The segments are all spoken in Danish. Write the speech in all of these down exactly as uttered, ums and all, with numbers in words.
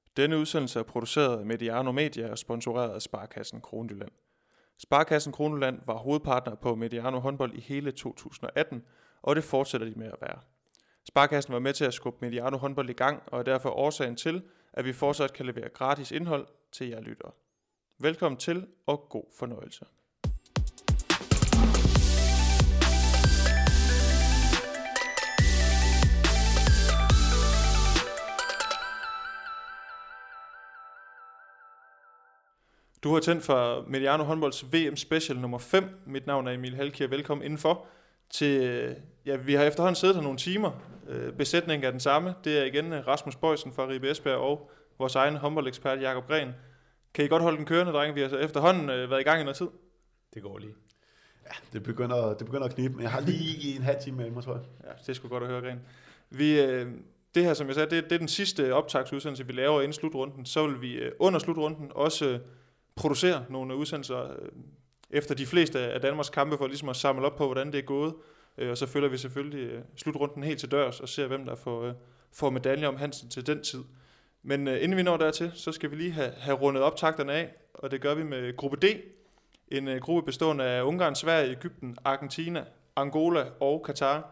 Denne udsendelse er produceret af Mediano Media og sponsoreret af Sparekassen Kronjylland. Sparekassen Kronjylland var hovedpartner på Mediano håndbold i hele to tusind og atten, og det fortsætter de med at være. Sparekassen var med til at skubbe Mediano håndbold i gang, og er derfor årsagen til, at vi fortsat kan levere gratis indhold til jer lyttere. Velkommen til, og god fornøjelse. Du har tændt for Mediano håndbolds V M Special nummer fem. Mit navn er Emil Halkier. Velkommen indenfor. Til, ja, vi har efterhånden siddet her nogle timer. Besætningen er den samme. Det er igen Rasmus Bøjsen fra Ribe Esbjerg og vores egen håndboldekspert Jakob Gren. Kan I godt holde den kørende, drenge? Vi har efterhånden været i gang i noget tid. Det går lige. Ja, det begynder, det begynder at knibe, men jeg har lige en halv time med mig, tror jeg. Ja, det er sgu godt at høre, Gren. Vi, det her, som jeg sagde, det, det er den sidste optagsudsendelse, vi laver inden slutrunden. Så vil vi under slutrunden også producere nogle udsendelser efter de fleste af Danmarks kampe, for ligesom at samle op på, hvordan det er gået. Og så følger vi selvfølgelig slutrunden helt til dørs og ser, hvem der får, får medaljer om Hansen til den tid. Men inden vi når dertil, så skal vi lige have, have rundet optakterne af, og det gør vi med gruppe D. En gruppe bestående af Ungarn, Sverige, Egypten, Argentina, Angola og Katar.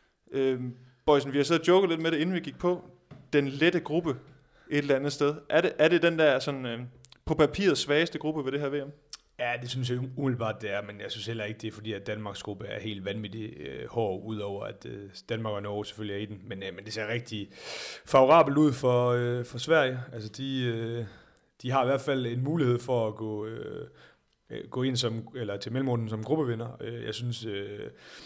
Øhm, Bøjsen, vi har siddet og joket lidt med det, inden vi gik på. Den lette gruppe et eller andet sted. Er det, er det den der sådan, øh, på papiret svageste gruppe ved det her V M? Ja, det synes jeg umiddelbart det er, men jeg synes heller ikke, det er fordi, at Danmarks gruppe er helt vanvittigt øh, hård, udover at øh, Danmark og Norge selvfølgelig er i den. Men, øh, men det ser rigtig favorabelt ud for, øh, for Sverige. Altså, de, øh, de har i hvert fald en mulighed for at gå, øh, gå ind som, eller til mellemrunden som gruppevinder. Jeg synes, øh,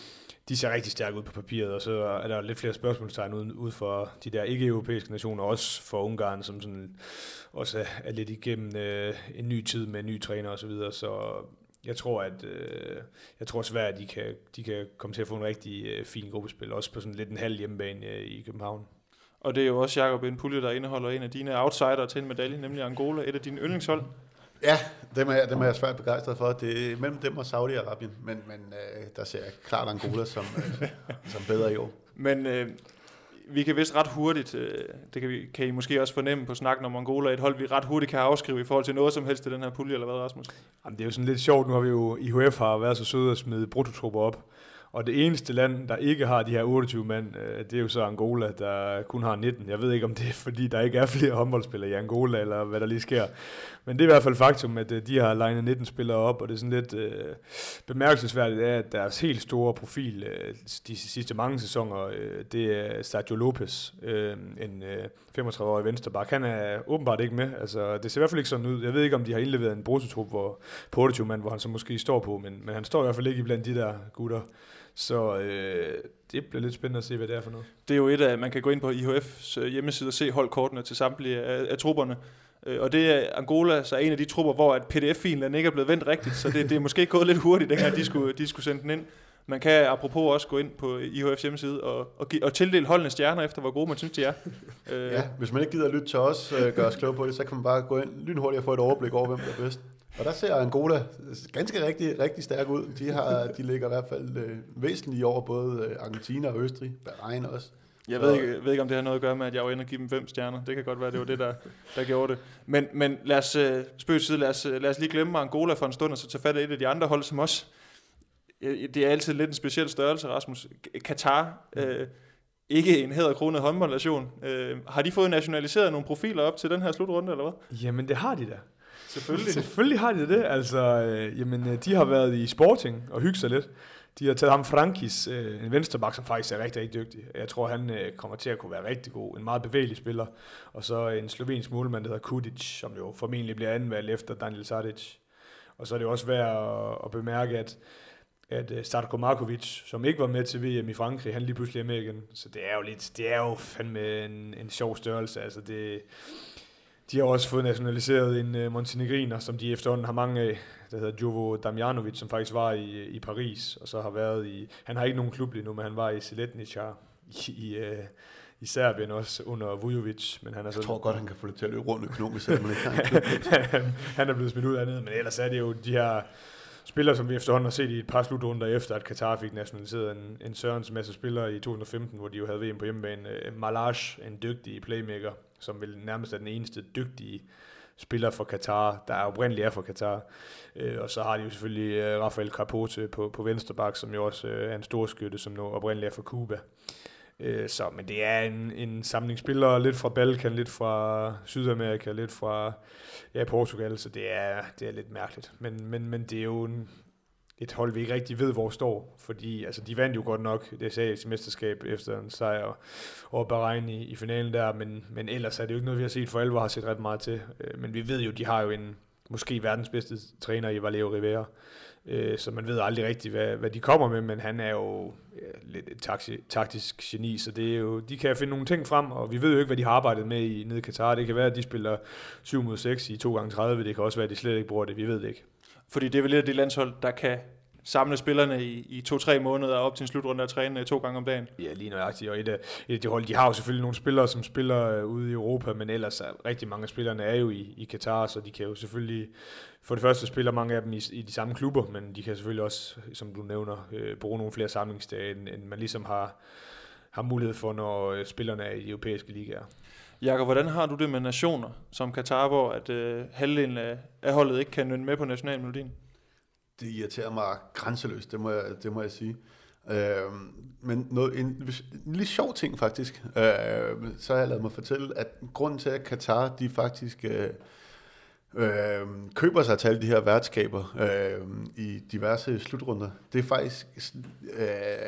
de ser rigtig stærke ud på papiret, og så er der lidt flere spørgsmålstegn ud, ud for de der ikke-europæiske nationer, også for Ungarn, som sådan også er lidt igennem øh, en ny tid med en ny træner og så videre. Så jeg tror, at øh, jeg tror Sverige, at de kan, de kan komme til at få en rigtig øh, fin gruppespil, også på sådan lidt en halv hjemmebane øh, i København. Og det er jo også, Jakob, en pulje, der indeholder en af dine outsider til en medalje, nemlig Angola, et af dine yndlingshold. Ja, dem er, dem er jeg svært begejstret for. Det er mellem dem og Saudi-Arabien, men, men øh, der ser jeg klart Angola som, øh, som bedre i år. Men øh, vi kan vist ret hurtigt, øh, det kan, vi, kan I måske også fornemme på snakken om Angola, et hold, vi ret hurtigt kan afskrive i forhold til noget som helst til den her pulje, eller hvad, Rasmus? Jamen, det er jo sådan lidt sjovt. Nu har vi jo, I H F har været så søde at smide bruttotrupper op. Og det eneste land, der ikke har de her otteogtyve mand, det er jo så Angola, der kun har nitten. Jeg ved ikke, om det er, fordi der ikke er flere håndboldspillere i Angola, eller hvad der lige sker. Men det er i hvert fald faktum, at de har legnet nitten spillere op, og det er sådan lidt øh, bemærkelsesværdigt, at deres helt store profil øh, de sidste mange sæsoner, øh, det er Sergio Lopez, øh, en øh, femogtredive-årig venstreback. Han er åbenbart ikke med. Altså, det ser i hvert fald ikke sådan ud. Jeg ved ikke, om de har indleveret en bruttotrup hvor, på otteogtyve mand, hvor han så måske står på, men, men han står i hvert fald ikke blandt de der gutter. Så øh, det bliver lidt spændende at se, hvad det er for noget. Det er jo et af, man kan gå ind på I H F's hjemmeside og se holdkortene til samtlige af, af trupperne. Og det er Angola, så er en af de trupper, hvor at P D F-filen ikke er blevet vendt rigtigt, så det, det er måske gået lidt hurtigt, dengang de skulle, de skulle sende den ind. Man kan apropos også gå ind på I H F's hjemmeside og, og, og tildele holdene stjerner efter, hvor gode man synes, de er. Ja, hvis man ikke gider at lytte til os, øh, gøre os klog på det, så kan man bare gå ind lynhurtigt og få et overblik over, hvem der er bedst. Og der ser Angola ganske rigtig, rigtig stærk ud. De, har, de ligger i hvert fald øh, væsentligt over både Argentina og Østrig, Bahrain også. Jeg ved, ikke, jeg ved ikke, om det har noget at gøre med, at jeg var inde og give dem fem stjerner. Det kan godt være, det var det, der, der gjorde det. Men, men lad os, øh, spøg til side, lad os, lad os lige glemme Angola for en stund, og så tage fat af et af de andre hold, som også... Det er altid lidt en speciel størrelse, Rasmus. Katar, øh, ikke en hæderkronet håndboldnation. Øh, har de fået nationaliseret nogle profiler op til den her slutrunde, eller hvad? Jamen, det har de da. Selvfølgelig. Selvfølgelig har de det. Altså, øh, jamen, de har været i Sporting og hygget sig lidt. De har taget ham Frankis, øh, en venstreback, som faktisk er rigtig, rigtig dygtig. Jeg tror, han øh, kommer til at kunne være rigtig god. En meget bevægelig spiller. Og så en slovensk målmand, der hedder Kudic, som jo formentlig bliver anvalgt efter Daniel Sadic. Og så er det også værd at, at bemærke, at at Starko Markovic, som ikke var med til V M i Frankrig, han lige pludselig er med igen. Så det er jo lidt, det er jo fandme en, en sjov størrelse. Altså det, de har også fået nationaliseret en uh, montenegriner, som de efterhånden har mange af, der hedder Jovo Damjanovic, som faktisk var i, i Paris, og så har været i, han har ikke nogen klub lige nu, men han var i Siletnica i, i, uh, i Serbien også under Vujovic. Men han er jeg så, tror godt, han kan få det til at løbe rundt økonomisk, selvom han ikke han, han er blevet smidt ud af ned, men ellers er det jo de her spillere, som vi efterhånden har set i et par slutrunder efter, at Katar fik nationaliseret en, en Sørens masse spillere i to tusind og femten, hvor de jo havde V M på hjemmebane. Malaj, en dygtig playmaker, som vel nærmest er den eneste dygtige spiller for Katar, der er oprindeligt er for Katar. Øh, og så har de jo selvfølgelig øh, Rafael Capote på, på venstre bak, som jo også øh, er en storskytte, som nu oprindeligt er for Cuba. Øh, så, men det er en, en samling spillere, lidt fra Balkan, lidt fra Sydamerika, lidt fra ja, Portugal, så det er, det er lidt mærkeligt. Men, men, men det er jo en, et hold, vi ikke rigtig ved, hvor står, fordi altså, de vandt jo godt nok det asiatiske mesterskab efter en sejr over Bahrain i, i finalen der, men, men ellers er det jo ikke noget, vi har set for alvor, har set ret meget til. Øh, men vi ved jo, de har jo en måske verdens bedste træner i Valero Rivera, øh, så man ved aldrig rigtigt, hvad, hvad de kommer med, men han er jo ja, lidt et taxi, taktisk geni, så det er jo, de kan finde nogle ting frem, og vi ved jo ikke, hvad de har arbejdet med i, nede i Katar. Det kan være, at de spiller syv mod seks i to gange tredive, det kan også være, at de slet ikke bruger det, vi ved det ikke. Fordi det er vel lidt af det landshold, der kan samle spillerne i, i to-tre måneder op til en slutrunde og træne to gange om dagen. Ja, lige nøjagtigt. Og et af, et af de hold, de har jo selvfølgelig nogle spillere, som spiller ude i Europa, men ellers er rigtig mange af spillerne er jo i, i Katar, så de kan jo selvfølgelig, for det første spiller mange af dem i, i de samme klubber, men de kan selvfølgelig også, som du nævner, øh, bruge nogle flere samlingsdage, end, end man ligesom har, har mulighed for, når spillerne er i de europæiske ligaer. Jakob, hvordan har du det med nationer som Katar, hvor at, øh, halvdelen af, af holdet ikke kan nynne med på nationalmelodien? Det irriterer mig grænseløst, det må jeg, det må jeg sige. Øh, men noget, en, en lidt sjov ting faktisk, øh, så har jeg ladet mig fortælle, at grunden til, at Katar de faktisk øh, øh, køber sig til alle de her værtskaber øh, i diverse slutrunder, det er faktisk øh,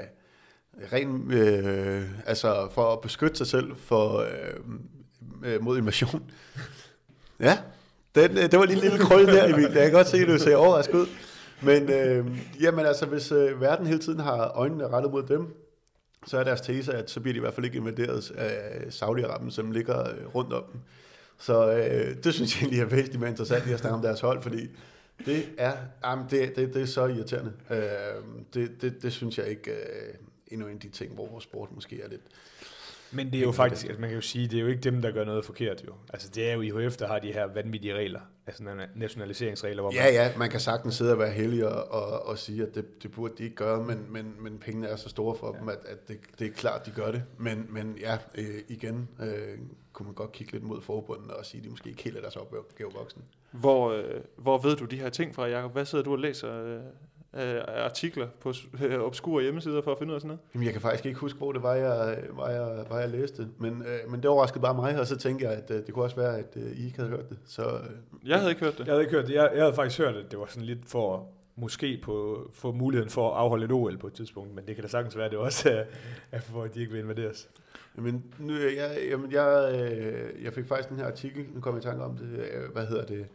ren, øh, altså for at beskytte sig selv for, øh, mod invasion. Ja, den, det var lige en lille krøl der, Emil. Jeg kan godt se, at du ser overrasket ud. Men øh, jamen altså, hvis øh, verden hele tiden har øjnene rettet mod dem, så er deres tese, at så bliver de i hvert fald ikke invaderet af Saudi-Arabien, som ligger øh, rundt om dem. Så øh, det synes jeg egentlig er væsentligt mere interessant lige at snakke om deres hold, fordi det er, jamen, det, det, det er så irriterende. Øh, det, det, det synes jeg ikke øh, endnu en af de ting, hvor vores sport måske er lidt... Men det er jo faktisk, altså man kan jo sige, det er jo ikke dem, der gør noget forkert jo. Altså det er jo I H F, der har de her vanvittige regler, altså nationaliseringsregler. Hvor man... Ja, ja, man kan sagtens sidde og være heldig og, og, og sige, at det, det burde de ikke gøre, men, men, men pengene er så store for ja. dem, at, at det, det er klart, de gør det. Men, men ja, øh, igen øh, kunne man godt kigge lidt mod forbunden og sige, at de måske ikke helt er deres opgave voksne. Hvor, øh, hvor ved du de her ting fra, Jakob? Hvad sidder du og læser øh, af artikler på øh, obskure hjemmesider for at finde ud af sådan noget? Jamen, jeg kan faktisk ikke huske, hvor det var, jeg, var, jeg, var, jeg læste. Men, øh, men det overraskede bare mig, og så tænkte jeg, at øh, det kunne også være, at øh, I ikke havde hørt det. Så, øh, jeg havde ikke hørt det. Jeg havde ikke hørt det. Jeg, jeg havde faktisk hørt det. Det var sådan lidt for måske på få muligheden for at afholde et O L på et tidspunkt, men det kan da sagtens være, det også er, er for, at de ikke vil invaderes. Jamen, nu, jeg, jamen, jeg, øh, jeg fik faktisk den her artikel, nu kom jeg i tanke om det, øh, hvad hedder det,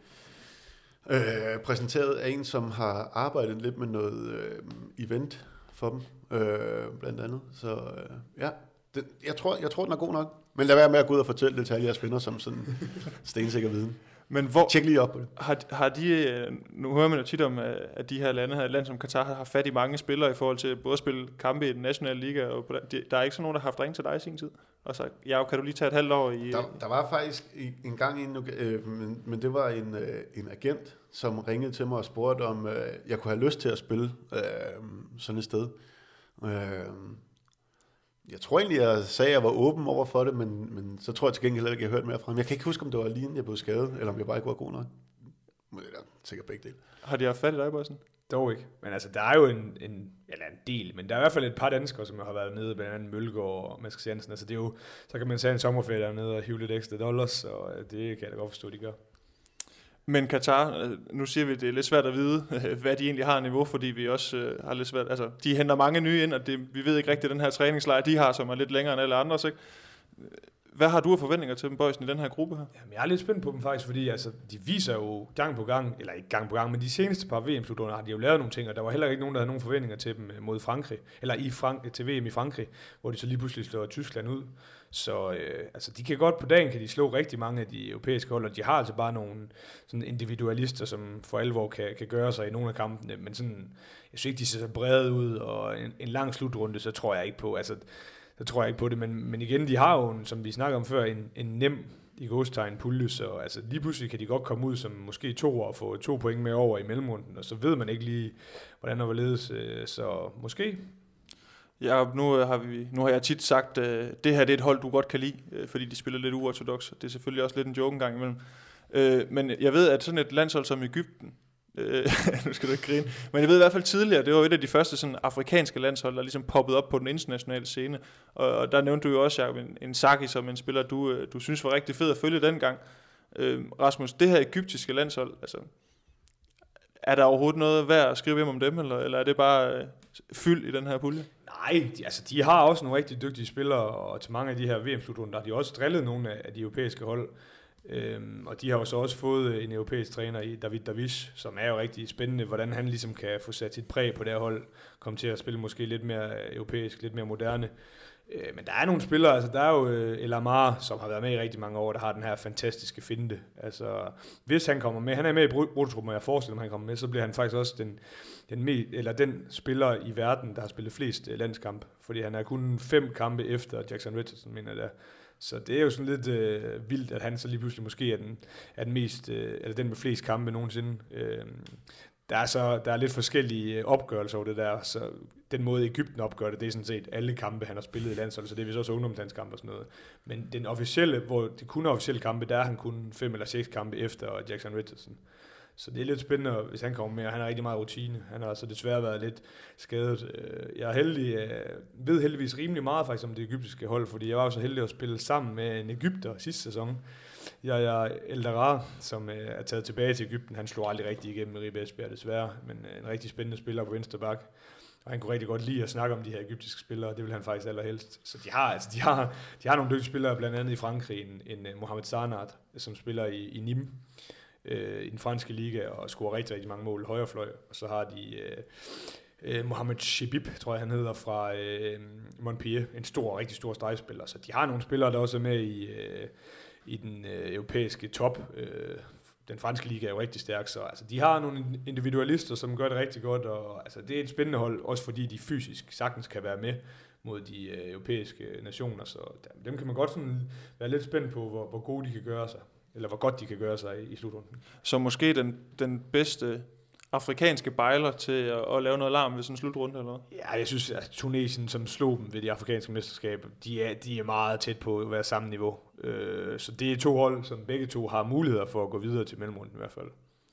øh, præsenteret af en, som har arbejdet lidt med noget øh, event for dem, øh, blandt andet. Så øh, ja, det, jeg, tror, jeg tror, den er god nok. Men lad være med at gå ud og fortælle det til alle jeres venner som sådan stensikker viden. Men hvor, tjek lige op på det. Har, har de, nu hører man jo tit om, at de her lande, her land som Katar, har fat i mange spillere i forhold til både at spille kampe i den nationale liga, og på, der er ikke sådan nogen, der har haft ringet til dig i sin tid? Og så, ja, kan du lige tage et halvt år i... Der, der var faktisk en gang en, øh, men, men det var en, øh, en agent, som ringede til mig og spurgte, om øh, jeg kunne have lyst til at spille øh, sådan et sted. Øh, Jeg tror egentlig, jeg sagde, at jeg var åben over for det, men, men så tror jeg til gengæld ikke, at jeg hørte mere fra ham. Jeg kan ikke huske, om det var lige inden jeg blev skadet, eller om jeg bare ikke var god nok. Men det er sikkert begge dele. Har de haft fat i dig, Bossen? Dog ikke. Men altså, der er jo en, en, eller en del, men der er i hvert fald et par danskere, som har været nede, blandt andet Mølgaard og Mads Jensen. Altså, det er jo, så kan man tage en sommerferie dernede og hive lidt ekstra dollars, og det kan jeg da godt forstå, de gør. Men Katar, nu siger vi, at det er lidt svært at vide, hvad de egentlig har af niveau, fordi vi også øh, har lidt svært, altså de henter mange nye ind, og det, vi ved ikke rigtigt, den her træningslejr, de har, som er lidt længere end alle andre, så hvad har du af forventninger til dem, Bøjsen, i den her gruppe her? Jamen, jeg er lidt spændt på dem faktisk, fordi altså, de viser jo gang på gang, eller ikke gang på gang, men de seneste par V M-slutrunder har de jo lavet nogle ting, og der var heller ikke nogen, der havde nogen forventninger til dem mod Frankrig, eller i Frank- til V M i Frankrig, hvor de så lige pludselig slår Tyskland ud. Så øh, altså, de kan godt på dagen, kan de slå rigtig mange af de europæiske hold, og de har altså bare nogle sådan individualister, som for alvor kan, kan gøre sig i nogle af kampene, men sådan, jeg synes ikke, de ser så brede ud, og en, en lang slutrunde, så tror jeg ikke på, altså, så tror jeg ikke på det, men, men igen, de har jo, en, som vi snakker om før, en, en nem i gåstegn pulje, så altså, lige pludselig kan de godt komme ud som måske to og få to point med over i mellemrunden, og så ved man ikke lige, hvordan der var ledes, så måske. Jakob, nu har, vi, nu har jeg tit sagt, at uh, det her det er et hold, du godt kan lide, uh, fordi de spiller lidt uortodoks. Det er selvfølgelig også lidt en joke en gang imellem. Uh, men jeg ved, at sådan et landshold som Egypten, uh, nu skal du ikke grine, men jeg ved i hvert fald tidligere, det var et af de første sådan, afrikanske landshold, der ligesom poppede op på den internationale scene. Og, og der nævnte du jo også, Jakob, en, en Saki som en spiller, du, uh, du synes var rigtig fed at følge dengang. Uh, Rasmus, det her egyptiske landshold, altså, er der overhovedet noget værd at skrive hjem om dem, eller, eller er det bare uh, fyld i den her pulje? Nej, de, altså de har også nogle rigtig dygtige spillere, og til mange af de her V M-slutrunder, der har de også drillet nogle af de europæiske hold. Øhm, og de har jo så også fået en europæisk træner i David Davish, som er jo rigtig spændende, hvordan han ligesom kan få sat sit præg på det her hold, komme til at spille måske lidt mere europæisk, lidt mere moderne. Øh, men der er nogle spillere, altså der er jo øh, El Amar, som har været med i rigtig mange år, der har den her fantastiske finte. Altså hvis han kommer med, han er med i brutotruppen, og jeg forestiller mig, han kommer med, så bliver han faktisk også den, den, med, eller den spiller i verden, der har spillet flest øh, landskampe, fordi han er kun fem kampe efter Jackson Richardson, mener jeg. Så det er jo sådan lidt øh, vildt, at han så lige pludselig måske er den, er den mest, øh, eller den med flest kampe nogensinde. Øh, der er så der er lidt forskellige opgørelser over det der, så den måde Egypten opgør det, det er sådan set alle kampe, han har spillet i landsholdet, så det er vist også ungdomslandskampe og sådan noget. Men den officielle, hvor det kun er officielle kampe, der er han kun fem eller seks kampe efter Jackson Richardson. Så det er lidt spændende, hvis han kommer med, og han har rigtig meget rutine. Han har altså desværre været lidt skadet. Jeg er heldig, ved heldigvis rimelig meget faktisk om det egyptiske hold, fordi jeg var jo så heldig at spille sammen med en egypter sidste sæson. Jeg er Eldara, som er taget tilbage til Egypten. Han slog aldrig rigtig igennem med Ribe Esbjerg desværre, men en rigtig spændende spiller på venstre bak. Og han kunne rigtig godt lide at snakke om de her egyptiske spillere, det vil han faktisk allerhelst. Så de har, altså de har, de har nogle dygtige spillere, blandt andet i Frankrig, en, en Mohamed Sarnat, som spiller i, i Nîmes, øh, i den franske liga, og scorer rigtig, rigtig mange mål højrefløj. Og så har de øh, øh, Mohamed Chebib, tror jeg han hedder, fra øh, Montpellier, en stor, rigtig stor stregspiller. Så de har nogle spillere, der også er med i, øh, i den øh, europæiske top. Øh, Den franske liga er jo rigtig stærk, så altså, de har nogle individualister, som gør det rigtig godt, og altså, det er et spændende hold, også fordi de fysisk sagtens kan være med mod de øh, europæiske nationer, så dem kan man godt sådan være lidt spændt på, hvor, hvor gode de kan gøre sig, eller hvor godt de kan gøre sig i, i slutrunden. Så måske den, den bedste afrikanske bejler til at, at lave noget larm ved sådan en slutrunde, eller hvad? Ja, jeg synes, at Tunesien, som slog dem ved de afrikanske mesterskaber, de er, de er meget tæt på at være samme niveau. Øh, så det er to hold, som begge to har muligheder for at gå videre til mellemrunden i hvert fald.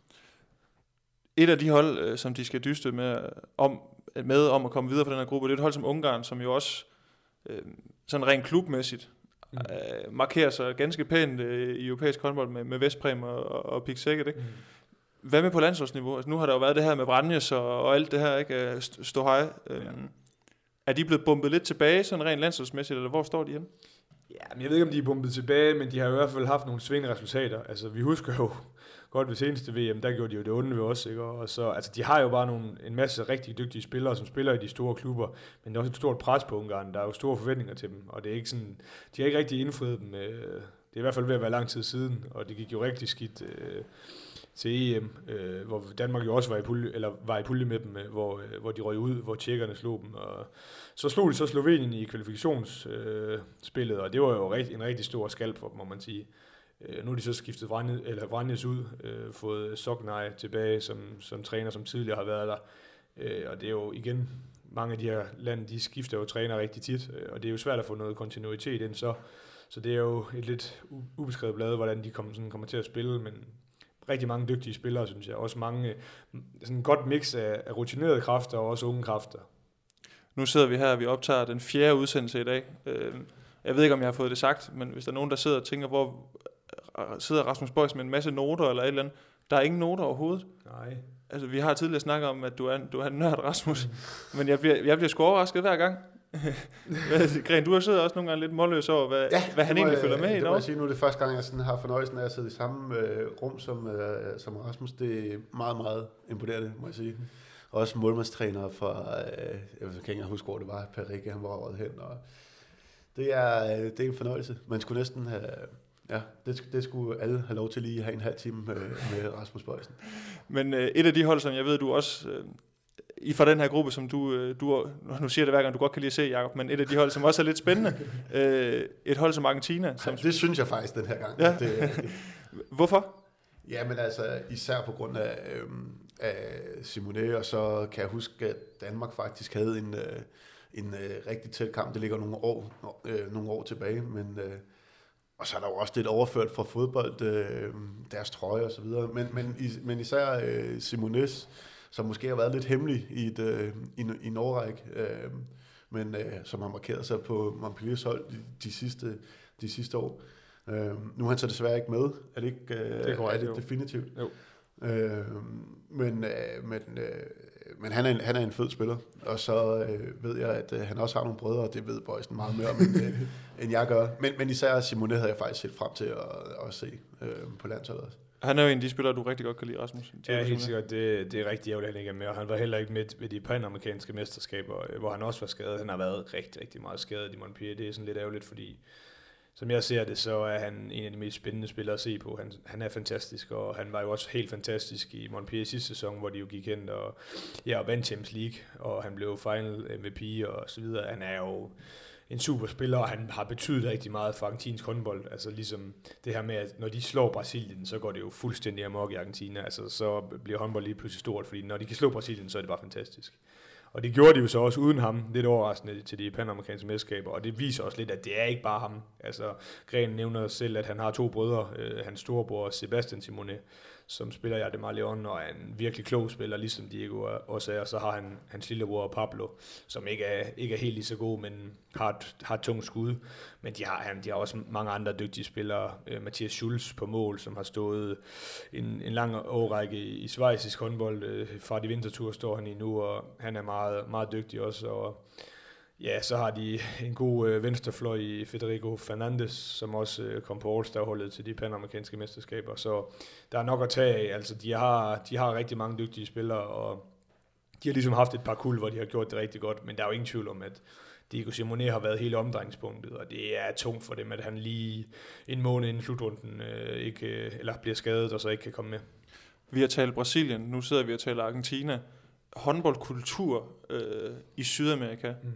Et af de hold, som de skal dyste med om, med om at komme videre fra den her gruppe, det er et hold som Ungarn, som jo også øh, sådan rent klubmæssigt mm. øh, markerer sig ganske pænt øh, i europæisk håndbold med, med Vestprem og, og Pick Szeged, ikke? Mm. Hvad med på landsholdsniveau? Altså, nu har der jo været det her med Vranjes og, og alt det her, ikke? Stå hej. Øhm, ja. Er de blevet bumpet lidt tilbage, sådan rent landsholdsmæssigt, eller hvor står de henne? Ja, men jeg ved ikke, om de er bumpet tilbage, men de har i hvert fald haft nogle svingende resultater. Altså, vi husker jo godt ved seneste V M, der gjorde de jo det onde ved os, ikke? Og så, altså, de har jo bare nogle, en masse rigtig dygtige spillere, som spiller i de store klubber, men der er også et stort pres på Ungarn. Der er jo store forventninger til dem, og det er ikke sådan, de har ikke rigtig indfriet dem. Det er i hvert fald ved at være lang tid siden, og det gik jo rigtig skidt øh, til E M, øh, hvor Danmark jo også var i pulje, eller var i pulje med dem, øh, hvor, øh, hvor de røg ud, hvor tjekkerne slog dem. Og så slog de så Slovenien i kvalifikationsspillet, øh, og det var jo rigt, en rigtig stor skalp for dem, må man sige. Øh, nu er de så skiftet Vranjes, eller Vranjes ud, øh, fået Soknaj tilbage som, som træner, som tidligere har været der. Øh, og det er jo igen, mange af de her lande, de skifter jo træner rigtig tit, øh, og det er jo svært at få noget kontinuitet ind, så, så det er jo et lidt ubeskrevet blad, hvordan de kommer, sådan, kommer til at spille, men rigtig mange dygtige spillere, synes jeg. Også mange, sådan et godt mix af, af rutinerede kræfter og også unge kræfter. Nu sidder vi her, og vi optager den fjerde udsendelse i dag. Jeg ved ikke, om jeg har fået det sagt, men hvis der er nogen, der sidder og tænker, hvor sidder Rasmus Boys med en masse noter eller et eller andet, der er ingen noter overhovedet. Nej. Altså, vi har tidligere snakket om, at du er, du er en nørd, Rasmus, men jeg bliver, jeg bliver sgu overrasket hver gang. Gren, du har siddet også nogle gange lidt målløs over, hvad, ja, hvad han egentlig jeg, følger med det i dag. Det må jeg sige, nu er det første gang, jeg sådan har fornøjelsen af at sidde i samme øh, rum som, øh, som Rasmus. Det er meget, meget imponerende, må jeg sige. Også målmandstræner fra, øh, jeg kan ikke huske, hvor det var, Perikke, han var røget hen. Og det, er, det er en fornøjelse. Man skulle næsten have, ja, det, det skulle alle have lov til lige at have en halv time med, med Rasmus Boysen. Men øh, et af de hold, som jeg ved, du også... Øh, I fra den her gruppe, som du, du, nu siger det hver gang, du godt kan lide at se, Jacob, men et af de hold, som også er lidt spændende, øh, et hold som Argentina. Som... Det synes jeg faktisk den her gang. Ja. Det, det. Hvorfor? Ja, men altså især på grund af, øhm, af Simone, og så kan jeg huske, at Danmark faktisk havde en, øh, en øh, rigtig tæt kamp. Det ligger nogle år, øh, nogle år tilbage, men øh, og så er der jo også lidt overført fra fodbold, øh, deres trøje og så videre. Men, men, is, men især øh, Simones, som måske har været lidt hemmelig i, et, øh, i, i en årrække, øh, men øh, som har markeret sig på Montpelliers hold de, de, sidste, de sidste år. Øh, nu er han så desværre ikke med. Er det ikke øh, det er det definitivt? Jo. Øh, men øh, men, øh, men han, er en, han er en fed spiller. Og så øh, ved jeg, at øh, han også har nogle brødre, og det ved Bøjsen meget mere om, end, øh, end jeg gør. Men, men især Simone havde jeg faktisk set frem til at, at se øh, på landsholdet også. Han er jo en af de spillere, du rigtig godt kan lide, Rasmus. Ja, helt sikkert. Det, det er rigtig ærgerligt, at han ikke er med. Og han var heller ikke med ved de panamerikanske mesterskaber, hvor han også var skadet. Han har været rigtig, rigtig meget skadet i Montpellier. Det er sådan lidt ærgerligt, fordi som jeg ser det, så er han en af de mest spændende spillere at se på. Han, han er fantastisk, og han var jo også helt fantastisk i Montpellier sidste sæson, hvor de jo gik hen og, ja, og vandt Champions League, og han blev final M V P og så videre. Han er jo en super spiller, og han har betydet rigtig meget for argentinsk håndbold. Altså ligesom det her med, at når de slår Brasilien, så går det jo fuldstændig amok i Argentina. Altså så bliver håndbold lige pludselig stort, fordi når de kan slå Brasilien, så er det bare fantastisk. Og det gjorde de jo så også uden ham, lidt overraskende til de panamerikanske mesterskaber, og det viser også lidt, at det er ikke bare ham. Altså, Gren nævner selv, at han har to brødre, øh, hans storebror Sebastian Simone, som spiller i Ademar Leon, og er en virkelig klog spiller, ligesom Diego også er, og så har han hans lillebror Pablo, som ikke er, ikke er helt lige så god, men har et, har et tungt skud. Men de har, de har også mange andre dygtige spillere. Øh, Mathias Schulz på mål, som har stået en, en lang årrække i, i schweizisk håndbold. Øh, fra de vintertur står han i nu, og han er meget, meget dygtig også. Og ja, så har de en god øh, venstrefløj i Federico Fernandes, som også øh, kom på All-Star-holdet til de panamerikanske mesterskaber. Så der er nok at tage af. Altså, de har, de har rigtig mange dygtige spillere, og de har ligesom haft et par kul, hvor de har gjort det rigtig godt. Men der er jo ingen tvivl om, at Diego Simone har været hele omdrejningspunktet, og det er tungt for dem, at han lige en måned inden slutrunden øh, ikke, eller bliver skadet, og så ikke kan komme med. Vi har talt Brasilien, nu sidder vi og taler Argentina. Håndboldkultur øh, i Sydamerika. Mm.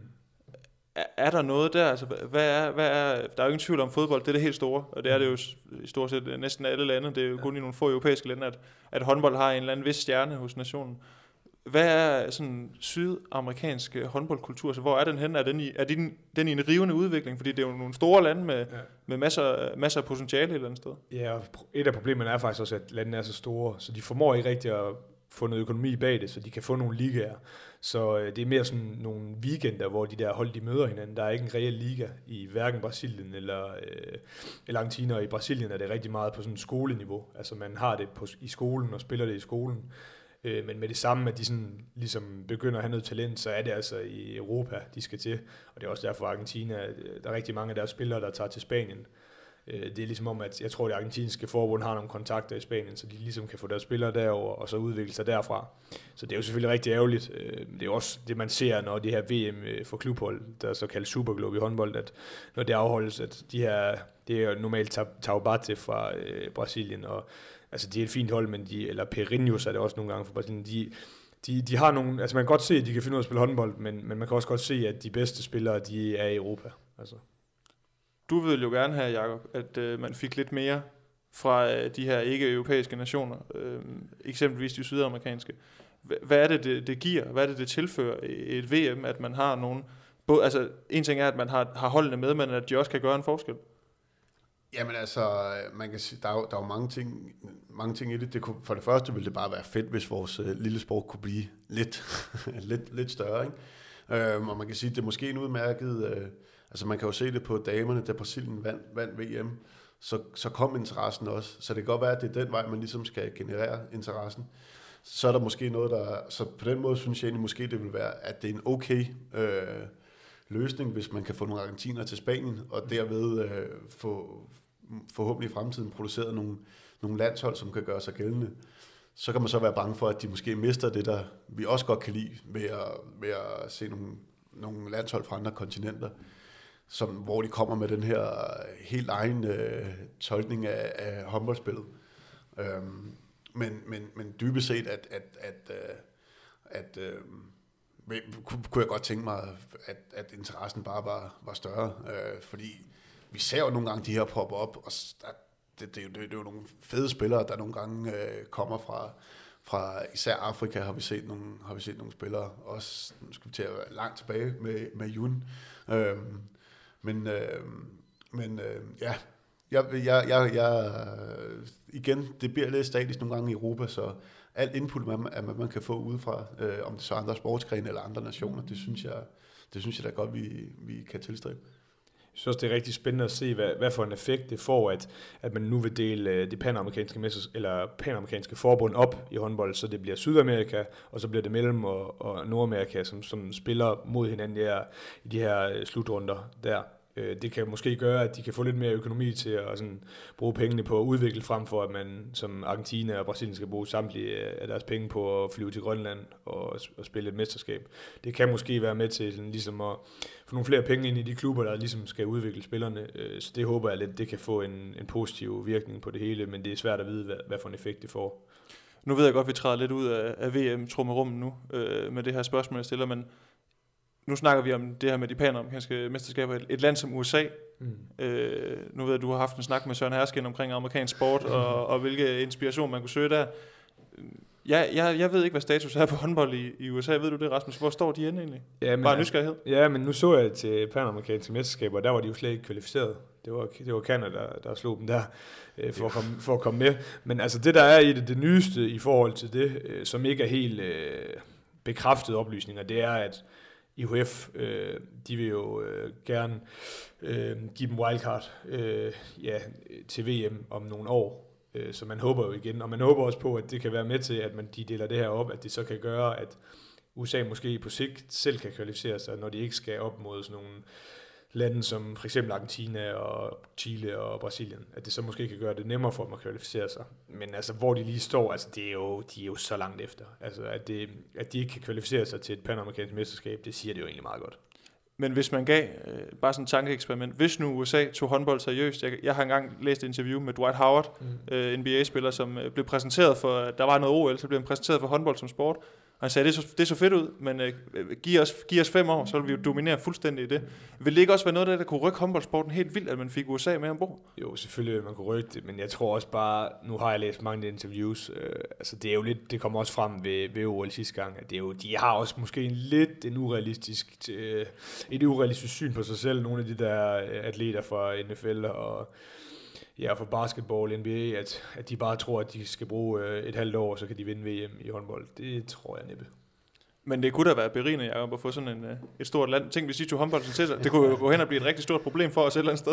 Er, er der noget der? Altså, hvad er, hvad er, der er jo ingen tvivl om fodbold, det er det helt store, og det er det jo i stort set næsten alle lande. Det er jo ja. kun i nogle få europæiske lande, at, at håndbold har en eller anden vis stjerne hos nationen. Hvad er sådan sydamerikansk håndboldkultur? Så hvor er den henne? Er den i, er den, den i en rivende udvikling? Fordi det er jo nogle store lande med, ja. med masser, masser af potentiale et eller andet sted. Ja, og et af problemerne er faktisk også, at landene er så store, så de formår ikke rigtig at få noget økonomi bag det, så de kan få nogle ligaer. Så øh, det er mere sådan nogle weekender, hvor de der hold, de møder hinanden. Der er ikke en reel liga i hverken Brasilien eller, øh, eller Argentina, og i Brasilien er det rigtig meget på sådan skoleniveau. Altså man har det på, i skolen og spiller det i skolen. Øh, men med det samme, at de sådan, ligesom begynder at have noget talent, så er det altså i Europa, de skal til. Og det er også derfor, at Argentina, der er rigtig mange af deres spillere, der tager til Spanien. Det er ligesom om, at jeg tror, at det argentinske forbund har nogle kontakter i Spanien, så de ligesom kan få deres spillere derover og så udvikle sig derfra. Så det er jo selvfølgelig rigtig ærgerligt. Det er også det, man ser, når det her V M for klubhold, der er så kaldt Superglobe i håndbold, at når det afholdes, at de her, det er normalt Taubate fra øh, Brasilien, og altså de er et fint hold, men de, eller Perinhos er det også nogle gange for Brasilien, de, de, de har nogle, altså man kan godt se, at de kan finde ud af at spille håndbold, men, men man kan også godt se, at de bedste spillere, de er i Europa, altså. Du vil jo gerne have, Jakob, at øh, man fik lidt mere fra øh, de her ikke-europæiske nationer, øh, eksempelvis de sydamerikanske. H- hvad er det, det, det giver? Hvad er det, det tilfører et V M, at man har nogen... Både, altså, en ting er, at man har, har holdene med, men at de også kan gøre en forskel. Jamen altså, man kan sige, der er jo, der er jo mange, ting, mange ting i det. det kunne, for det første ville det bare være fedt, hvis vores øh, lille sport kunne blive lidt, lidt, lidt større, ikke? Øhm, og man kan sige, det er måske en udmærket... Øh, Altså man kan jo se det på damerne, da Brasilien vandt, vandt V M, så, så kom interessen også. Så det kan godt være, at det er den vej, man ligesom skal generere interessen. Så er der måske noget, der... Så på den måde synes jeg egentlig måske, det vil være, at det er en okay øh, løsning, hvis man kan få nogle argentiner til Spanien, og derved øh, få forhåbentlig i fremtiden produceret nogle, nogle landshold, som kan gøre sig gældende. Så kan man så være bange for, at de måske mister det, der vi også godt kan lide, ved at, ved at se nogle, nogle landshold fra andre kontinenter, som, hvor de kommer med den her helt egen øh, tolkning af, af håndboldspillet. Øhm, men, men, men dybest set, at, at, at, at, at øh, kunne, kunne jeg godt tænke mig, at, at interessen bare var, var større. Øh, fordi vi ser jo nogle gange de her poppe op, og der, det, det, det, det er jo nogle fede spillere, der nogle gange øh, kommer fra, fra især Afrika har vi set nogle, har vi set nogle spillere, også nu skal vi til at være langt tilbage med, med Jun. Øhm, men øhm, men øh, ja, jeg, jeg, jeg, jeg, igen, det bliver lidt statisk nogle gange i Europa, så alt input, man, man, man kan få udefra, øh, om det så er andre sportsgrene eller andre nationer, det synes jeg, det synes jeg da godt, vi, vi kan tilstræbe. Jeg synes også, det er rigtig spændende at se, hvad, hvad for en effekt det får, at, at man nu vil dele det panamerikanske, messers, eller panamerikanske forbund op i håndbold, så det bliver Sydamerika, og så bliver det Mellem- og, og Nordamerika, som, som spiller mod hinanden i, her, i de her slutrunder der. Det kan måske gøre, at de kan få lidt mere økonomi til at sådan, bruge pengene på at udvikle, frem for at man som Argentina og Brasilien skal bruge samtlige af deres penge på at flyve til Grønland og, og spille et mesterskab. Det kan måske være med til sådan, ligesom at få nogle flere penge ind i de klubber, der ligesom skal udvikle spillerne. Så det håber jeg lidt, det kan få en, en positiv virkning på det hele, men det er svært at vide, hvad, hvad for en effekt det får. Nu ved jeg godt, at vi træder lidt ud af, af V M-trummerummet nu øh, med det her spørgsmål, jeg stiller, men nu snakker vi om det her med de panamerikanske mesterskaber. Et land som U S A. Mm. Øh, nu ved jeg, at du har haft en snak med Søren Hersken omkring amerikansk sport, og, og hvilke inspiration man kunne søge der. Jeg, jeg, jeg ved ikke, hvad status er på håndbold i, i U S A. Ved du det, Rasmus? Hvor står de henne egentlig? Ja, men, Bare nysgerrighed. Ja, men nu så jeg til panamerikanske mesterskaber, der var de jo slet ikke kvalificeret. Det var, det var Canada, der, der slog dem der øh, for, at komme, for at komme med. Men altså det, der er i det, det nyeste i forhold til det, øh, som ikke er helt øh, bekræftede oplysninger, det er, at I H F, øh, de vil jo øh, gerne øh, give dem wildcard øh, ja, til V M om nogle år, øh, så man håber jo igen, og man håber også på, at det kan være med til, at man de deler det her op, at det så kan gøre, at U S A måske på sigt selv kan kvalificere sig, når de ikke skal op mod sådan nogle lande som for eksempel Argentina og Chile og Brasilien, at det så måske kan gøre det nemmere for dem at kvalificere sig. Men altså, hvor de lige står, altså, det er jo, de er jo så langt efter. Altså, at, det, at de ikke kan kvalificere sig til et panamerikansk mesterskab, det siger det jo egentlig meget godt. Men hvis man gav, øh, bare sådan et tankeeksperiment, hvis nu U S A tog håndbold seriøst, jeg, jeg har engang læst et interview med Dwight Howard, mm. øh, N B A-spiller, som øh, blev præsenteret for, der var noget O L, så blev han præsenteret for håndbold som sport, og han sagde, det er så, det er så fedt ud, men øh, giv, os, giv os fem år, så vil vi jo dominere fuldstændig i det. Vil det ikke også være noget af det, der kunne rykke håndboldsporten helt vildt, at man fik U S A med ombord? Jo, selvfølgelig vil man kunne rykke det, men jeg tror også bare, nu har jeg læst mange interviews, øh, altså det er jo lidt, det kommer også frem ved, ved O L sidste gang, at det er jo, de har også måske en lidt en urealistisk, øh, et urealistisk syn på sig selv, nogle af de der atleter fra N F L og ja, for basketball, N B A, at, at de bare tror, at de skal bruge øh, et halvt år, så kan de vinde V M i håndbold. Det tror jeg næppe. Men det kunne da være berigende, Jacob, at få sådan en, et stort land. Tænk, hvis I tog håndbolden til sig. Det kunne jo gå hen og blive et rigtig stort problem for os et eller andet sted.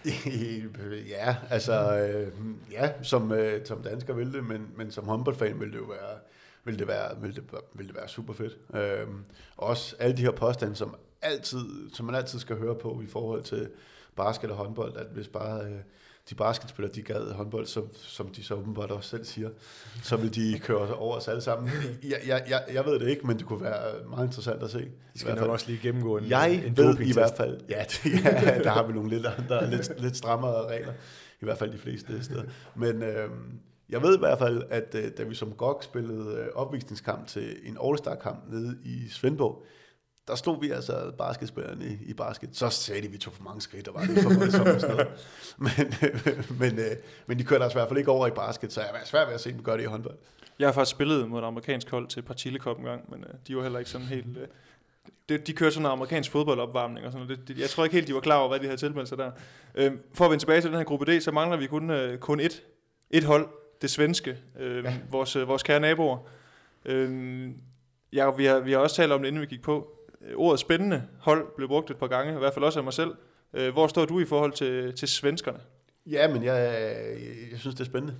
Ja, altså, øh, ja, som, øh, som dansker vil det, men, men som håndboldfan vil det jo være, vil det være, vil det, vil det være super fedt. Øh, også alle de her påstande, som, altid, som man altid skal høre på i forhold til basket og håndbold, at hvis bare... Øh, de basketspillere, de gad håndbold, som, som de så åbenbart også selv siger, så vil de køre over os alle sammen. Jeg, jeg, jeg, jeg ved det ikke, men det kunne være meget interessant at se. De skal nok også lige gennemgå en Jeg en ved i hvert fald, ja, det, ja, der har vi nogle lidt, andre, lidt, lidt strammere regler, i hvert fald de fleste steder. Men øh, jeg ved i hvert fald, at øh, da vi som G O G spillede øh, opvisningskamp til en All-Star-kamp nede i Svendborg, der stod vi altså basketspillerne i, i basket. Så sagde de, at vi tog for mange skridt, og var det for meget som sådan noget. Men, øh, men, øh, men de kørte altså i hvert fald ikke over i basket, så jeg er svært ved at se dem gøre det i håndbold. Jeg har faktisk spillet mod et amerikansk hold til Partille Cup en gang, men øh, de var heller ikke sådan helt... Øh, de, de kørte sådan en amerikansk fodboldopvarmning og sådan noget. Det, det, jeg tror ikke helt, de var klar over, hvad de havde tilmeldt sig der. Øh, for at vende tilbage til den her gruppe D, så mangler vi kun, øh, kun et, et hold, det svenske, øh, ja. vores, øh, vores kære naboer. Øh, ja, vi, har, vi har også talt om det, inden vi gik på. Ordet spændende hold blev brugt et par gange, i hvert fald også af mig selv. Hvor står du i forhold til, til svenskerne? Ja, men jeg, jeg, jeg synes, det er spændende.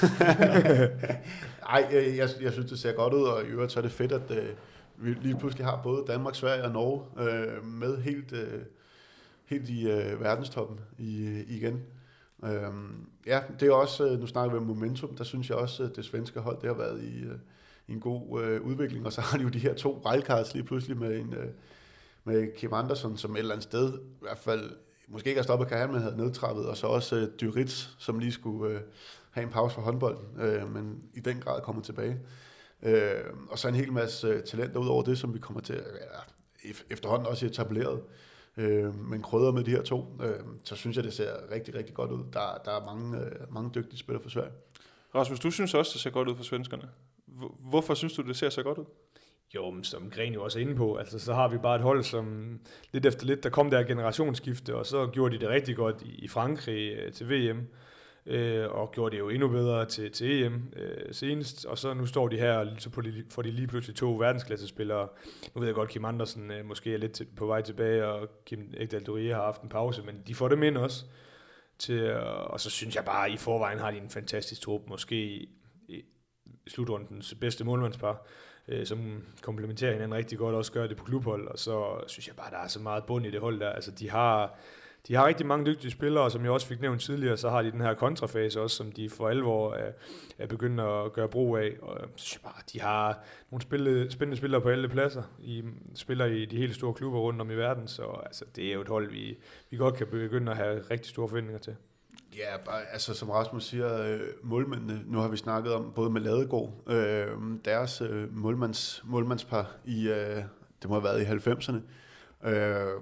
Ej, jeg, jeg, jeg synes, det ser godt ud, og i øvrigt så er det fedt, at øh, vi lige pludselig har både Danmark, Sverige og Norge øh, med helt, øh, helt i øh, verdenstoppen i, igen. Øh, ja, det er også, nu snakker vi om momentum, der synes jeg også, at det svenske hold, det har været i... Øh, en god øh, udvikling, og så har de jo de her to wildcards lige pludselig med, en, øh, med Kim Andersen, som et eller andet sted, i hvert fald, måske ikke har stoppet karrieren, men havde nedtrappet, og så også øh, Dyritz, som lige skulle øh, have en pause for håndbolden, øh, men i den grad kommer tilbage. Øh, og så en hel masse øh, talenter ud over det, som vi kommer til, ja, efterhånden også etableret, øh, men krydder med de her to, øh, så synes jeg, det ser rigtig, rigtig godt ud. Der, der er mange, øh, mange dygtige spillere for Sverige. Rasmus, du synes også, det ser godt ud for svenskerne. Hvorfor synes du, det ser så godt ud? Jo, men som Gren jo også er inde på, altså så har vi bare et hold, som lidt efter lidt, der kom der generationsskifte, og så gjorde de det rigtig godt i, i Frankrig øh, til V M, øh, og gjorde det jo endnu bedre til, til E M øh, senest, og så nu står de her, så på de, får de lige pludselig to verdensklassespillere. Nu ved jeg godt, Kim Andersen øh, måske er lidt til, på vej tilbage, og Kim Ekdal Durie har haft en pause, men de får dem ind også. Til, og så synes jeg bare, at i forvejen har de en fantastisk trup, måske i, i slutrundens bedste målmandspar, øh, som komplementerer hinanden rigtig godt, også gør det på klubhold, og så synes jeg bare, at der er så meget bund i det hold der. Altså, de har, de har rigtig mange dygtige spillere, og som jeg også fik nævnt tidligere, så har de den her kontrafase også, som de for alvor er, er begyndt at gøre brug af, og jeg synes jeg bare, de har nogle spille, spændende spillere på alle pladser. De spiller i de helt store klubber rundt om i verden, så altså, det er jo et hold, vi, vi godt kan begynde at have rigtig store forventninger til. Ja, bare, altså som Rasmus siger, øh, målmændene, nu har vi snakket om både med Ladegaard, øh, deres øh, målmands, målmandspar i, øh, det må have været i halvfemserne, øh,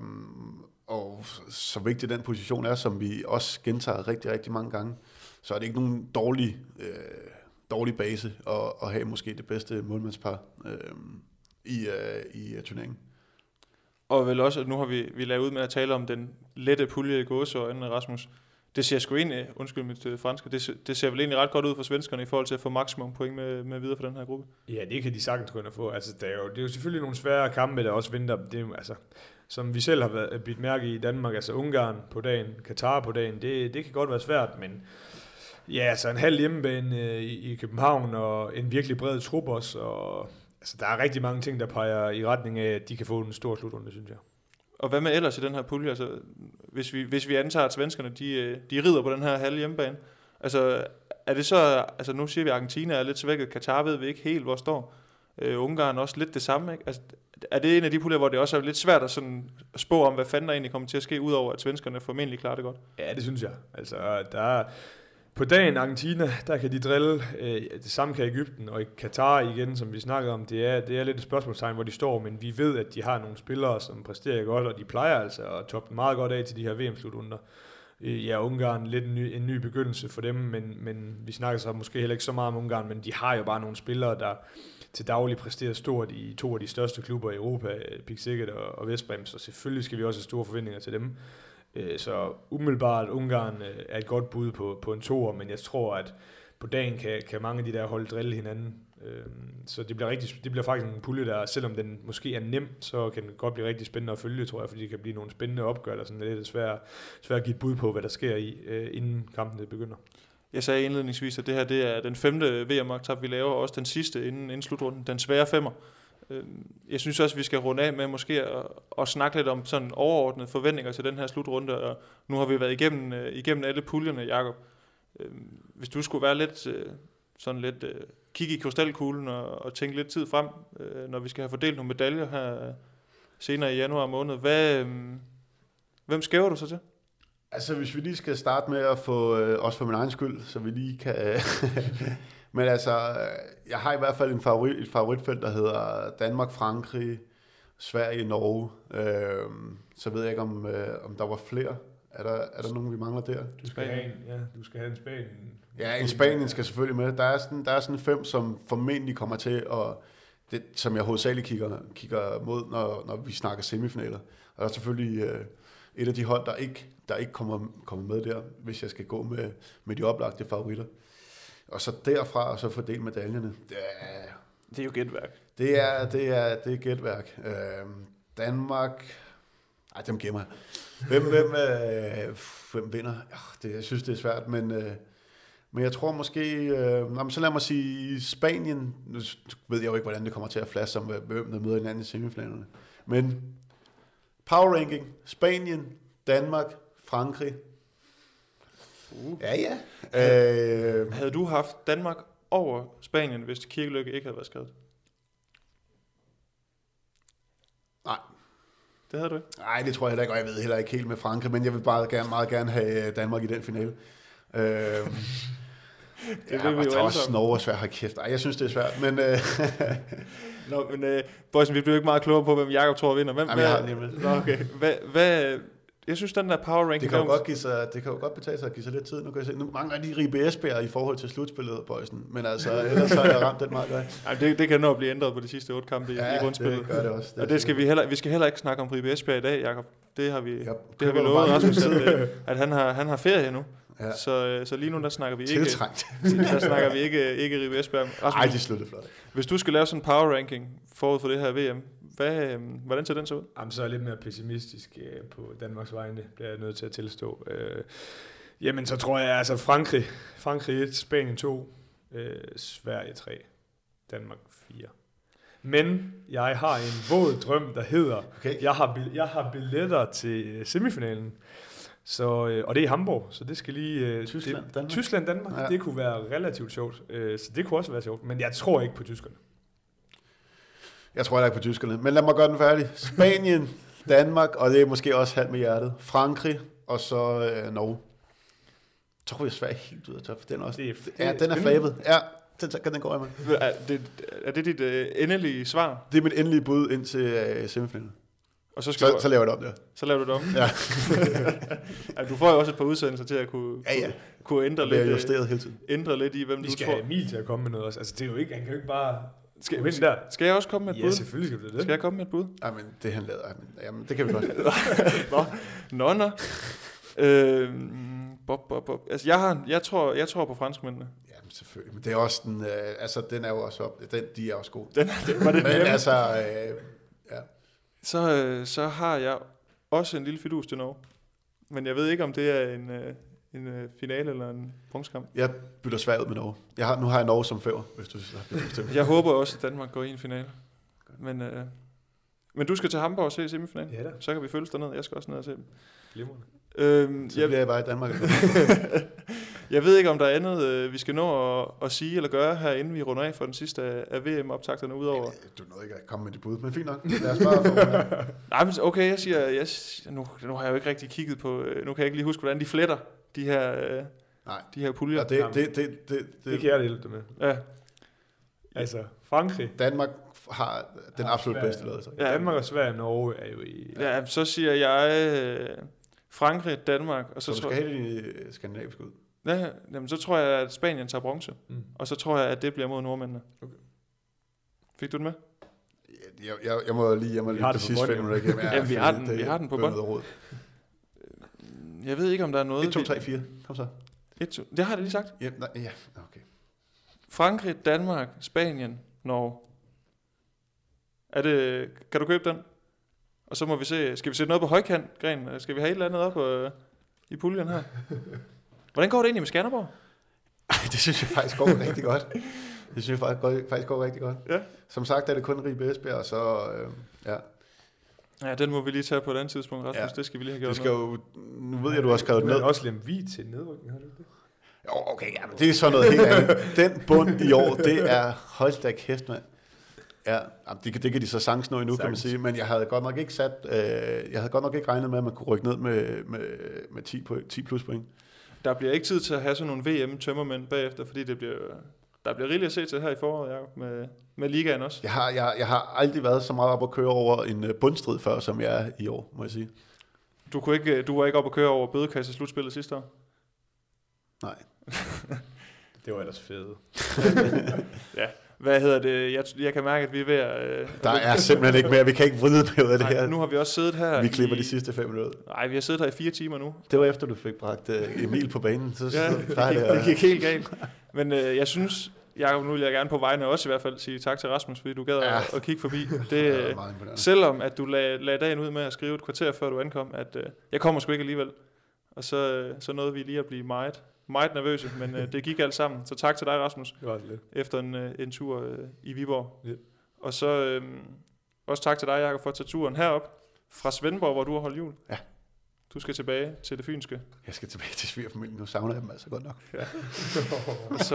og så vigtig den position er, som vi også gentager rigtig, rigtig mange gange, så er det ikke nogen dårlig, øh, dårlig base at, at have måske det bedste målmandspar øh, i, øh, i uh, turneringen. Og vel også, at nu har vi, vi lavet ud med at tale om den lette pulje i gåseøjne, Rasmus. Det ser sgu egentlig, undskyld mit franske, det, det ser vel egentlig ret godt ud for svenskerne i forhold til at få maksimum point med, med videre for den her gruppe. Ja, det kan de sagtens kunne få. Altså, det, er jo, det er jo selvfølgelig nogle svære kampe, der også venter. Det er jo, altså, som vi selv har været, blivet mærke i Danmark, altså Ungarn på dagen, Katar på dagen, det, det kan godt være svært, men ja, altså en halv hjemmebane øh, i, i København, og en virkelig bred trup også, og altså, der er rigtig mange ting, der peger i retning af, at de kan få en stor slutrunde, synes jeg. Og hvad med ellers i den her pulje? Altså, hvis vi, hvis vi antager, at svenskerne, de, de rider på den her halve hjemmebane, altså, er det så, altså nu siger vi, at Argentina er lidt svækket, Katar ved vi ikke helt, hvor står. Uh, Ungarn også lidt det samme, ikke? Altså, er det en af de puljer, hvor det også er lidt svært at sådan spå om, hvad fanden der egentlig kommer til at ske, udover at svenskerne formentlig klarer det godt? Ja, det synes jeg. Altså, der er på dagen Argentina, der kan de drille. Øh, det samme kan Egypten, og i Katar igen, som vi snakkede om, det er, det er lidt et spørgsmålstegn, hvor de står, men vi ved, at de har nogle spillere, som præsterer godt, og de plejer altså at toppe meget godt af til de her V M-slutrunder. Øh, ja, Ungarn lidt en ny, en ny begyndelse for dem, men, men vi snakker så måske heller ikke så meget om Ungarn, men de har jo bare nogle spillere, der til daglig præsterer stort i to af de største klubber i Europa, Pick Szeged og, og Veszprém, så selvfølgelig skal vi også have store forventninger til dem. Så umiddelbart Ungarn er et godt bud på, på en toer, men jeg tror, at på dagen kan, kan mange af de der hold drille hinanden. Så det bliver, rigtig, det bliver faktisk en pulje, der selvom den måske er nem, så kan den godt blive rigtig spændende at følge, tror jeg, fordi det kan blive nogle spændende opgør, der sådan lidt svært, svært at give et bud på, hvad der sker i, inden kampen begynder. Jeg sagde indledningsvis, at det her det er den femte V M-optag, vi laver, også den sidste inden, inden slutrunden, den svære femmer. Jeg synes også, at vi skal runde af med måske at, at snakke lidt om sådan overordnede forventninger til den her slutrunde, og nu har vi været igennem, igennem alle puljerne, Jakob. Hvis du skulle være lidt sådan lidt kigge i krystalkuglen og, og tænke lidt tid frem, når vi skal have fordelt nogle medaljer her senere i januar måned, hvad, hvem skæver du så til? Altså, hvis vi lige skal starte med at få, også for min egen skyld, så vi lige kan... Men altså, jeg har i hvert fald en favorit, et favoritfelt, der hedder Danmark, Frankrig, Sverige, Norge. Øh, så ved jeg ikke, om, øh, om der var flere. Er der, er der nogen, vi mangler der? Du skal have en, ja, du skal have en Spanien. Ja, en Spanien skal selvfølgelig med. Der er sådan, der er sådan fem, som formentlig kommer til, og det, som jeg hovedsageligt kigger, kigger mod, når, når vi snakker semifinaler. Og der er selvfølgelig øh, et af de hold, der ikke, der ikke kommer, kommer med der, hvis jeg skal gå med, med de oplagte favoritter. Og så derfra, og så fordele medaljerne. Det er, det er jo gætværk. Det er, det er, det er gætværk. Øh, Danmark... Ej, dem gemmer jeg. Hvem, hvem, øh, hvem vinder? Det, jeg synes, det er svært, men, øh, men jeg tror måske... Øh, nå, så lad mig sige Spanien. Nu ved jeg jo ikke, hvordan det kommer til at flaske som hvem der møder hinanden i semifinalerne. Men power ranking. Spanien, Danmark, Frankrig. Uh. Ja, ja. Øh, havde du haft Danmark over Spanien, hvis Kirkelykke ikke havde været skadet? Nej. Det havde du ikke? Nej, det tror jeg heller ikke, og jeg ved heller ikke helt med Frankrig, men jeg vil bare gerne, meget gerne have Danmark i den finale. Øh, det vil ja, vi jo også Norge er svært at have kæft. Ej, jeg synes, det er svært, men... Øh, Nå, men uh, boysen, vi blev ikke meget klogere på, hvem Jakob tror vinder. Hvem, Jamen, jeg har det med. Nå, okay. Hvad, hvad, jeg synes, den der power ranking... Det kan, jo godt give sig, det kan jo godt betale sig at give sig lidt tid. Nu kan jeg se, nu mangler de Ribe Esbjerg i forhold til slutspillet, Bøjsen. Men altså, ellers har jeg ramt den meget godt. Ej, det, det kan nå at blive ændret på de sidste otte kampe i, ja, i grundspillet. det gør det også. Det og det skal vi, heller, vi skal heller ikke snakke om Ribe Esbjerg i dag, Jakob. Det har vi, ja, det har vi lovet Rasmus, at, at han, har, han har ferie nu. Ja. Så, så lige nu, der snakker vi ikke... Tiltrængt. der snakker vi ikke, ikke Ribe Esbjerg. Nej, de sluttede flot. Hvis du skal lave sådan en power ranking forud for det her V M, hvad, hvordan ser den så ud? Jamen, så er jeg lidt mere pessimistisk øh, på Danmarks vegne, det er jeg nødt til at tilstå. Øh, jamen, så tror jeg altså Frankrig, Frankrig et, Spanien to, øh, Sverige tre, Danmark fire. Men jeg har en våd drøm, der hedder, okay. jeg, har, jeg har billetter til semifinalen, så, øh, og det er i Hamburg, så det skal lige... Øh, Tyskland, det, Danmark. Tyskland, Danmark, ja. Det kunne være relativt sjovt, øh, så det kunne også være sjovt, men jeg tror ikke på tyskerne. Jeg tror ikke på tyskerne, men lad mig gøre den færdig. Spanien, Danmark, og det er måske også halvt med hjertet. Frankrig, og så øh, Norge. Så tror jeg Sverige helt ud af top. Den, også, det er, det ja, den er flabet. Ja, den, den går jeg med. Er det, er det dit øh, endelige svar? Det er mit endelige bud ind til øh, semifinalen. Og så, skal så, du, så laver jeg det om, ja. Så laver du det om? Ja. Ja, du får jo også et par udsendelser til at kunne, ja, ja. kunne, kunne ændre, lidt, justeret hele tiden. ændre lidt i, hvem Vi du skal tror. have Emil til at komme med noget også. Altså, det er jo ikke, han kan jo ikke bare... Skal, skal, der. skal jeg også komme med et ja, bud? Ja, selvfølgelig skal du det. Skal jeg komme med et bud? Jamen, det han lavede, jamen, jamen, det kan vi godt. Nå, nå, nå. Øh, bob, bob, bob. Altså, jeg, har, jeg, tror, jeg tror på franskmændene. Jamen, selvfølgelig. Men det er også den, øh, altså, den er jo også op. Den, de er også gode. Den, den, var det Men altså, øh, ja. Så, øh, så har jeg også en lille fidus til Norge. Men jeg ved ikke, om det er en, øh, en øh, finale eller en bronzekamp. Jeg bytter Sverige ud med Norge. Jeg har, nu har jeg Norge som fæver, hvis du synes. Jeg håber også, at Danmark går i en finale. Men, øh, men du skal til Hamburg og se semifinalen. Ja da. Så kan vi følges derned. Jeg skal også ned og se dem. Glimrende. Øhm, så jeg, bliver jeg bare i Danmark. Jeg ved ikke, om der er andet, øh, vi skal nå at, at sige eller gøre her, inden vi runder af for den sidste af, af V M-optagterne udover. Ja, du nåede ikke at komme med dit bud, men fint nok. Lad os bare få Nej, men okay, jeg siger, jeg, nu, nu har jeg jo ikke rigtig kigget på, nu kan jeg ikke lige huske, hvordan de fletter, de her, øh, Nej. de her puljer. Ja, det, det, det, det, det, det kan jeg hjælpe dig med. Ja. Altså, Frankrig. Danmark har den har absolut Sverige. bedste ledelse. Ja, Danmark og Sverige og Norge er jo i... Ja, ja så siger jeg øh, Frankrig, Danmark, og så, så du tror skal have det i skandinavisk ud. Ja, jamen, så tror jeg, at Spanien tager bronze, mm. og så tror jeg, at det bliver mod nordmændene. Okay. Fik du den med? Jeg, jeg, jeg må lige, jeg må lige det sidste fem minutter igennem. Ja, vi har den, vi har den på bånd. Jeg ved ikke, om der er noget... et, to, tre, fire. Kom så. et, to, det har jeg lige sagt. Ja, nej, ja, okay. Frankrig, Danmark, Spanien, Norge. Er det, kan du købe den? Og så må vi se, skal vi sætte noget på højkant, Gren? Skal vi have et eller andet op øh, i puljen her? Hvordan går det egentlig med Skanderborg? Ej, det synes jeg faktisk går rigtig godt. Det synes jeg faktisk går, faktisk går rigtig godt. Ja. Som sagt er det kun Ribe Esbjerg, så øh, ja. Ja, den må vi lige tage på et andet tidspunkt, Rasmus. Ja. Det skal vi lige have gjort. Det skal jo, nu ved jeg, du har skrevet ned. Men også Lemvig til nedrykning, har du det? Jo, okay, ja, men det er sådan noget helt andet. Den bund i år, det er, hold da kæft, mand. Ja, det, det kan de så sagtens nå endnu, kan man sige, men jeg havde godt nok ikke sat, øh, jeg havde godt nok ikke regnet med, at man kunne rykke ned med, med, med ti, ti plus point. Der bliver ikke tid til at have sådan nogle V M-tømmermænd bagefter, fordi det bliver, der bliver rigeligt at se til her i foråret, Jacob, med, med ligaen også. Jeg har, jeg, jeg har aldrig været så meget op at køre over en bundstrid før, som jeg er i år, må jeg sige. Du, kunne ikke, du var ikke op at køre over bødekasse slutspillet sidste år? Nej. Det var ellers fedt. Ja. Hvad hedder det? Jeg, jeg kan mærke, at vi er ved at... Øh, der er simpelthen ikke mere. Vi kan ikke vride med det her. Nu har vi også siddet her... Vi klipper i, de sidste fem minutter. Nej, vi har siddet her i fire timer nu. Det var efter, du fik bragt uh, Emil på banen. Så, ja, så det, gik, det, det gik helt galt. Men øh, jeg synes, Jacob, nu vil jeg gerne på vegne også i hvert fald sige tak til Rasmus, fordi du gad ja. at, at kigge forbi. Det, ja, selvom at du lagde, lagde dagen ud med at skrive et kvarter, før du ankom, at øh, jeg kommer sgu ikke alligevel. Og så, så nåede vi lige at blive meget... meget nervøse, men øh, det gik alt sammen. Så tak til dig, Rasmus, det var lidt. efter en, øh, en tur øh, i Viborg. Ja. Og så øh, også tak til dig, Jacob, for at tage turen herop fra Svendborg, hvor du har holdt jul. Ja. Du skal tilbage til det fynske. Jeg skal tilbage til svigerfamilien. Nu savner jeg dem altså godt nok. Ja. så,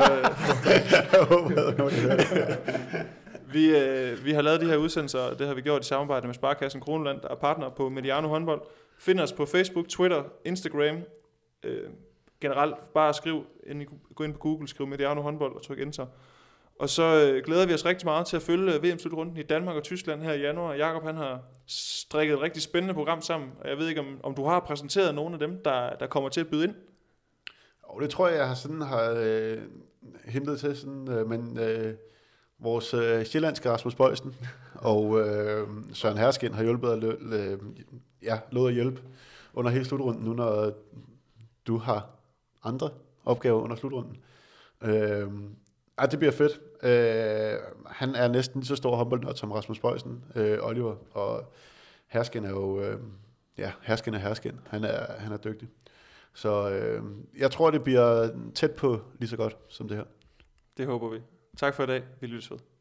øh, vi, øh, vi har lavet de her udsendelser, og det har vi gjort i samarbejde med Sparkassen Kroneland, der er partner på Mediano Håndbold. Find os på Facebook, Twitter, Instagram. Øh, generelt bare skriv, gå ind på Google, skriv Mediano Håndbold og tryk enter. Og så øh, glæder vi os rigtig meget til at følge V M-slutrunden i Danmark og Tyskland her i januar. Jakob han har strikket et rigtig spændende program sammen, og jeg ved ikke, om, om du har præsenteret nogle af dem, der, der kommer til at byde ind? Og det tror jeg, jeg har sådan har øh, hentet til, sådan, øh, men øh, vores øh, sjællandske Rasmus Bøjsen og øh, Søren Herskin har hjulpet at lø, øh, ja, lovet at hjælpe under hele slutrunden, nu når du har andre opgaver under slutrunden. Øh, ja, det bliver fedt. Øh, han er næsten lige så stor håndboldnørd som Rasmus Bøjsen, øh, Oliver, og Herskin er jo, øh, ja, Herskin er Herskin. Han er, han er dygtig. Så øh, jeg tror, det bliver tæt på lige så godt som det her. Det håber vi. Tak for i dag. Vi lyttes ved.